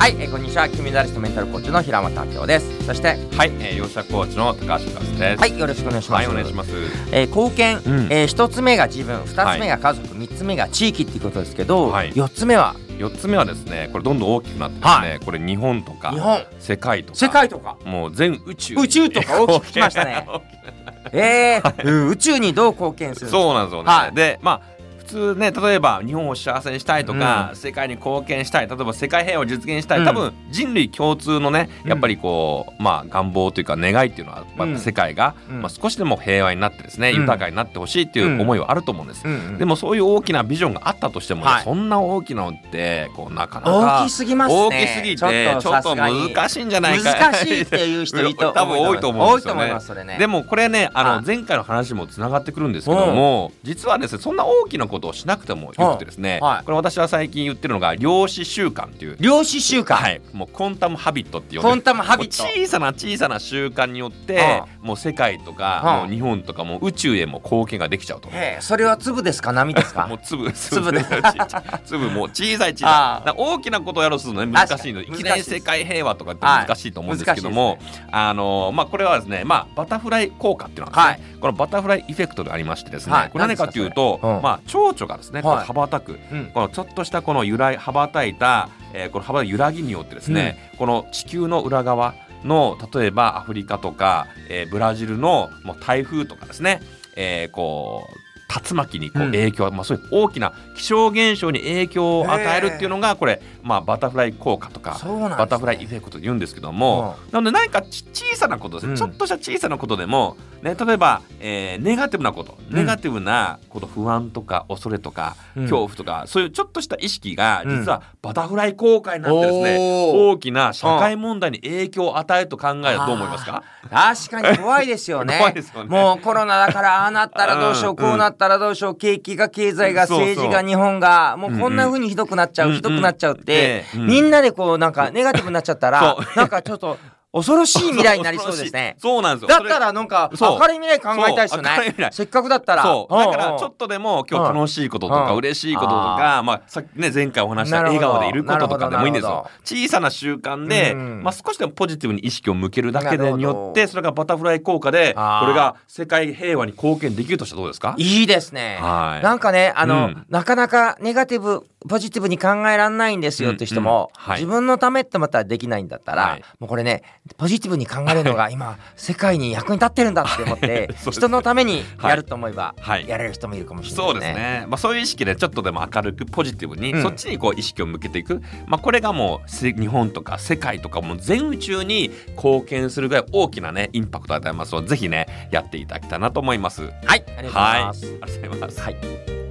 はい、こんにちは。金メダリストメンタルコーチの平本明夫です。そしてはい、養殖コーチの高橋和です。 はい、よろしくお願いします。 はい、お願いします。 貢献、1つ目が自分、2つ目が家族、3つ目が地域っていうことですけど、4つ目はですね、これどんどん大きくなってですね、これ日本とか世界とかもう全宇宙とか大きくきましたね。宇宙にどう貢献するんですか？ そうなんですよね。で、普通ね、例えば日本を幸せにしたいとか、世界に貢献したい、例えば世界平和を実現したい、多分人類共通のね、やっぱりこう願望というか願いっていうのは、世界が、少しでも平和になってですね、豊かになってほしいっていう思いはあると思うんです。でもそういう大きなビジョンがあったとしても、そんな大きなのってこうなかなか大きすぎますね。 大きすぎてちょっと難しいんじゃないか、 難しいっていう人多分多いと思うんですよね。でもこれね、前回の話もつながってくるんですけども、実はですね、そんな大きなことをしなくてもよくてですね、これ私は最近言ってるのが量子習慣っていう、 量子習慣、 はい、もうコンタムハビットって呼んでる、 コンタムハビット、 小さな習慣によってもう世界とかもう日本とかも宇宙へも貢献ができちゃうと。 それは粒ですか波ですか？ もう粒で粒もう小さい大きなことをやろうとするのね、難しいので、いきなり世界平和とかって難しいと思うんですけども、これはですね、バタフライ効果っていうのはですね、このバタフライエフェクトでありましてですね、これ何かというと、蝶々がですね、こう羽ばたく、このちょっとしたこの羽ばたいた、この羽ばたく揺らぎによってですね、この地球の裏側の例えばアフリカとか、ブラジルのもう台風とかですね、こう竜巻にこう影響、そういう大きな気象現象に影響を与えるっていうのがこれ、バタフライ効果とか、バタフライエフェクトと言うんですけども、なので何か小さなことですね、ちょっとした小さなことでも、ね、例えば、ネガティブなこと、不安とか恐れとか、恐怖とか、そういうちょっとした意識が実はバタフライ効果になってですね、大きな社会問題に影響を与えると考えるとどう思いますか？ 確かに怖いですよね。 怖いですよね。 もうコロナだからああなったらどうしよう、こうなったらどうしよう、景気が経済が政治が日本がもうこんな風にひどくなっちゃうって、みんなでこうなんかネガティブになっちゃったら、なんかちょっと恐ろしい未来になりそうですね。 そうなんですよ。 だったらなんか明るい未来考えたいですよね。せっかくだったら。 だからちょっとでも今日楽しいこととか嬉しいこととか、さっきね前回お話した笑顔でいることとかでもいいんですよ。小さな習慣で、少しでもポジティブに意識を向けるだけによって、それがバタフライ効果でこれが世界平和に貢献できるとしたらどうですか？いいですね。なんかね、なかなかネガティブポジティブに考えられないんですよって人も、自分のためってまたできないんだったら、もうこれねポジティブに考えるのが今世界に役に立ってるんだって思って人のためにやると思えばやれる人もいるかもしれないね。 そうですね。そういう意識でちょっとでも明るくポジティブに、そっちにこう意識を向けていく、これがもう日本とか世界とかも全宇宙に貢献するぐらい大きなねインパクトを与えますので、ぜひねやっていただきたいなと思います。 はい、ありがとうございます。 ありがとうございます。